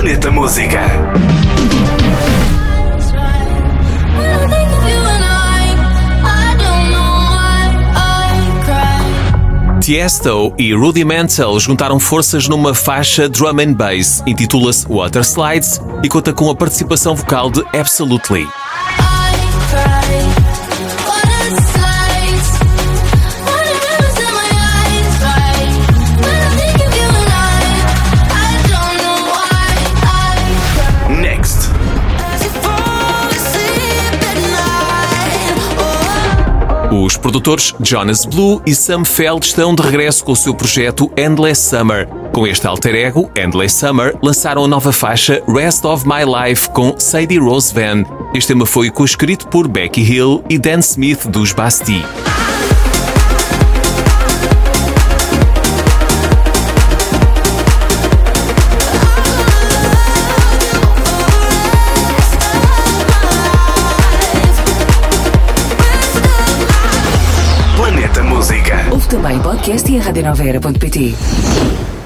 Planeta Música. Tiesto e Rudimental juntaram forças numa faixa drum and bass, intitula-se Water Slides e conta com a participação vocal de Absolutely. Os produtores Jonas Blue e Sam Feld estão de regresso com o seu projeto Endless Summer. Com este alter ego, Endless Summer, lançaram a nova faixa Rest of My Life com Sadie Rose Van. Este tema foi co-escrito por Becky Hill e Dan Smith dos Bastille. Ouve também podcast e a radionovera.pt.